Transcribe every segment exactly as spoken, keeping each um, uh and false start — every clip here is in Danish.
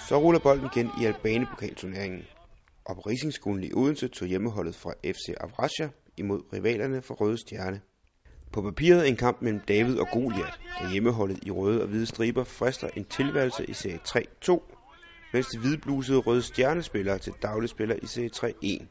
Så ruller bolden igen i Albane-pokalturneringen, og på Risingskolen i Odense tog hjemmeholdet fra F C Avrasia imod rivalerne fra Røde Stjerne. På papiret en kamp mellem David og Goliat, da hjemmeholdet i røde og hvide striber frister en tilværelse i serie tre to, mens de hvidblusede Røde Stjerne-spillere til daglig spiller i serie tre en.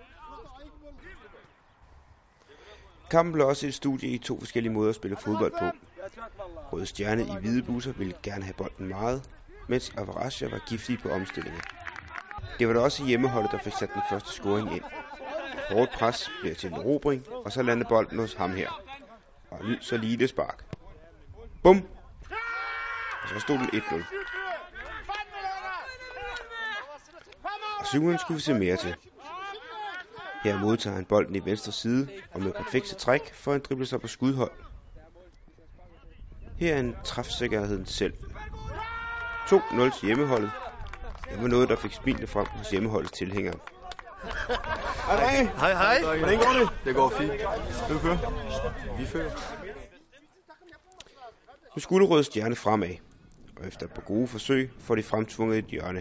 Kampen blev også et studie i to forskellige måder at spille fodbold på. Røde Stjerne i hvide bluser ville gerne have bolden meget, mens Avrasia var giftige på omstillinger. Det var da også hjemmeholdet, der fik sat den første scoring ind. Hårdt pres bliver til en erobring, og så lander bolden hos ham her. Og lyd så lige det spark. Bum! Og så stod den et nul. Og syveren skulle vi se mere til. Her modtager han bolden i venstre side, og med perfekte træk får han driblet sig på skudhold. Her er en træfsikkerheden selv. to nul til hjemmeholdet. Det var noget, der fik smilene frem hos hjemmeholdets tilhængere. Hej, hej, hej. Hvordan går det? Det går fint. Hvem fører? Vi fører. Nu skulle Røde Stjerne fremad, og efter et par gode forsøg får de fremtvunget et hjørne.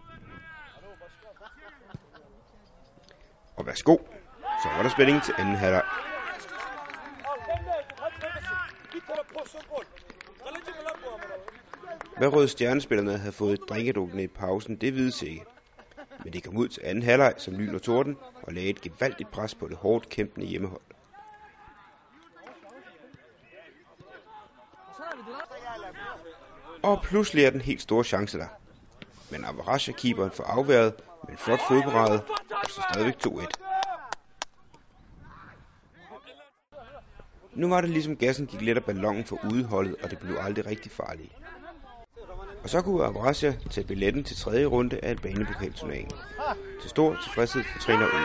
Og værsgo, så var der spænding til anden halvleg. Hvad Røde Stjernespillerne havde fået et drinkedunken i pausen, det vides ikke. Men de kom ud til anden halvleg som lyn og torden og lagde et gevaldigt pres på det hårdt kæmpende hjemmehold. Og pludselig er den helt store chance der. Men Avrasia-keeperen får afværet med en flot fodparade, og så stadigvæk to et. Nu var det ligesom gassen gik lidt af ballonen for udeholdet, og det blev aldrig rigtig farligt. Og så kunne Avrasia tage billetten til tredje runde af Albane-pokalturneringen. Til stor tilfredshed for træner Ole.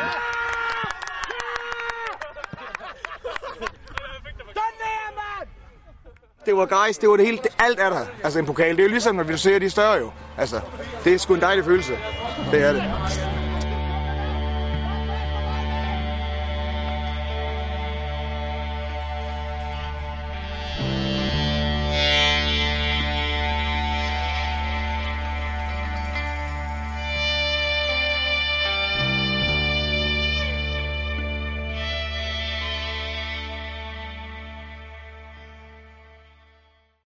Det var guys, det var det hele, det, alt er der. Altså en pokal, det er jo ligesom, når vi ser de større jo. Altså, det er sgu en dejlig følelse. Det er det.